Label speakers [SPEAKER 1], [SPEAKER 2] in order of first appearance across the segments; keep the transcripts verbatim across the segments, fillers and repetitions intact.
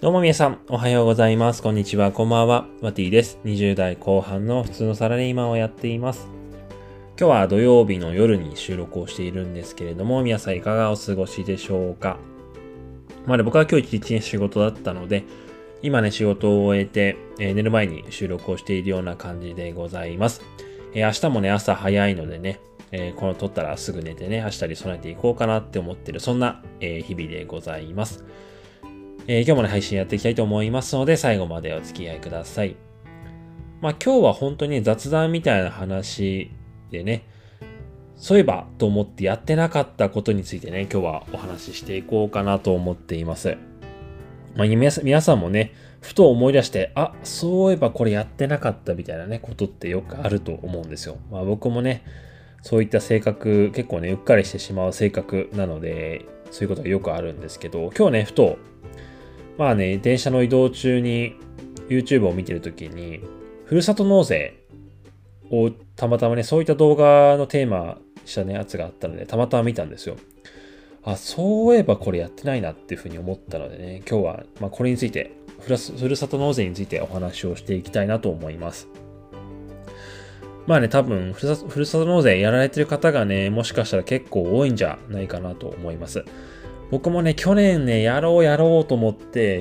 [SPEAKER 1] どうも皆さん、おはようございます。こんにちは、こんばんは。マティです。にじゅう代後半の普通のサラリーマンをやっています。今日は土曜日の夜に収録をしているんですけれども、皆さんいかがお過ごしでしょうか。まあね、僕は今日一日ね、仕事だったので、今ね、仕事を終えて、えー寝る前に収録をしているような感じでございます。えー明日もね、朝早いのでね、えーこの撮ったらすぐ寝てね、明日に備えていこうかなって思ってる、そんな、えー日々でございます。えー今日もね、配信やっていきたいと思いますので、最後までお付き合いください。まあ今日は本当に雑談みたいな話でね、そういえばと思ってやってなかったことについてね、今日はお話ししていこうかなと思っています。まあ皆さん皆さんもね、ふと思い出して、あ、そういえばこれやってなかったみたいなね、ことってよくあると思うんですよ。まあ僕もね、そういった性格、結構ね、うっかりしてしまう性格なので、そういうことがよくあるんですけど、今日ね、ふと、まあね、電車の移動中に YouTube を見てるときに、ふるさと納税をたまたまね、そういった動画のテーマしたね、やつがあったので、たまたま見たんですよ。あ、そういえばこれやってないなっていうふうに思ったのでね、今日は、まあ、これについてふらす、ふるさと納税についてお話をしていきたいなと思います。まあね、多分ふるさと、ふるさと納税やられてる方がね、もしかしたら結構多いんじゃないかなと思います。僕もね、去年ね、やろうやろうと思って、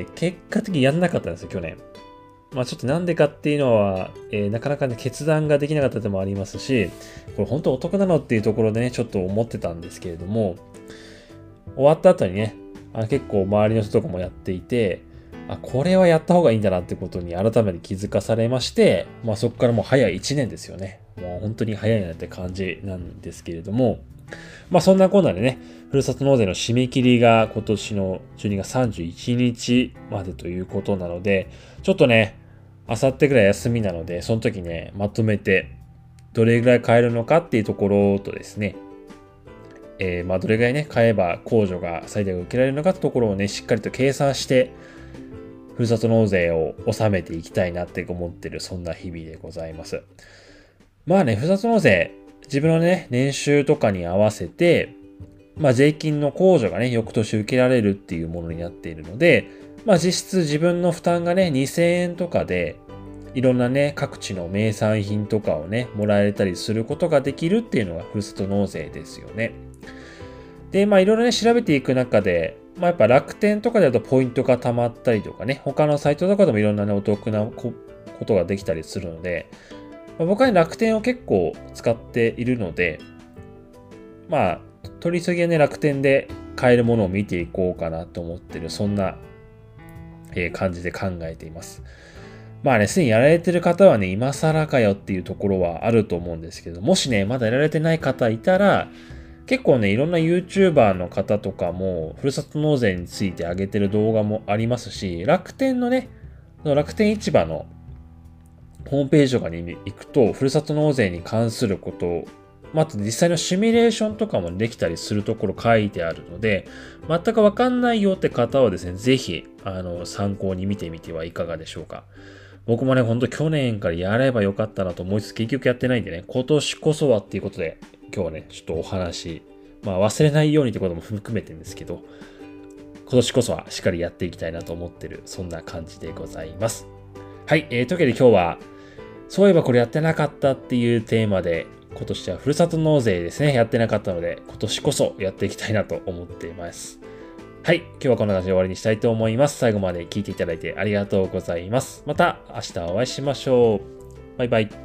[SPEAKER 1] 結果的にやんなかったんですよ、去年。まあちょっとなんでかっていうのは、えーなかなかね、決断ができなかったでもありますし、これ本当お得なのっていうところでね、ちょっと思ってたんですけれども、終わった後にね、あ結構周りの人とかもやっていて、あ、これはやった方がいいんだなってことに改めて気づかされまして、まあそこからもう早いいちねんですよね。もう本当に早いなって感じなんですけれども、まあそんなこんなでね、ふるさと納税の締め切りが今年のじゅうにがつさんじゅういちにちまでということなので、ちょっとね、あさってぐらい休みなので、その時ね、まとめて、どれぐらい買えるのかっていうところとですね、えー、まあどれぐらいね、買えば控除が最大限受けられるのかってところをね、しっかりと計算して、ふるさと納税を納めていきたいなって思ってる、そんな日々でございます。まあね、ふるさと納税、自分のね、年収とかに合わせて、まあ税金の控除がね、翌年受けられるっていうものになっているので、まあ実質自分の負担がね、にせんえんとかで、いろんなね、各地の名産品とかをね、もらえたりすることができるっていうのがふるさと納税ですよね。で、まあいろいろね、調べていく中で、まあやっぱ楽天とかだとポイントが貯まったりとかね、他のサイトとかでもいろんなね、お得なことができたりするので、まあ、僕は、ね、楽天を結構使っているので、まあ、取り急ぎはね、楽天で買えるものを見ていこうかなと思ってる、そんな、えー感じで考えています。まあね、すでにやられてる方はね、今更かよっていうところはあると思うんですけど、もしね、まだやられてない方いたら、結構ね、いろんな YouTuber の方とかも、ふるさと納税について上げてる動画もありますし、楽天のね、楽天市場のホームページとかに行くと、ふるさと納税に関することを、また実際のシミュレーションとかもできたりするところ書いてあるので、全くわかんないよって方はですね、ぜひ、あの、参考に見てみてはいかがでしょうか。僕もね、ほんと去年からやればよかったなと思いつつ、結局やってないんでね、今年こそはっていうことで、今日はね、ちょっとお話、まあ忘れないようにってことも含めてるんですけど、今年こそはしっかりやっていきたいなと思ってる、そんな感じでございます。はい、えー、というわけで今日は、そういえばこれやってなかったっていうテーマで、今年はふるさと納税ですね、やってなかったので、今年こそやっていきたいなと思っています。はい、今日はこんな感じで終わりにしたいと思います。最後まで聞いていただいてありがとうございます。また明日お会いしましょう。バイバイ。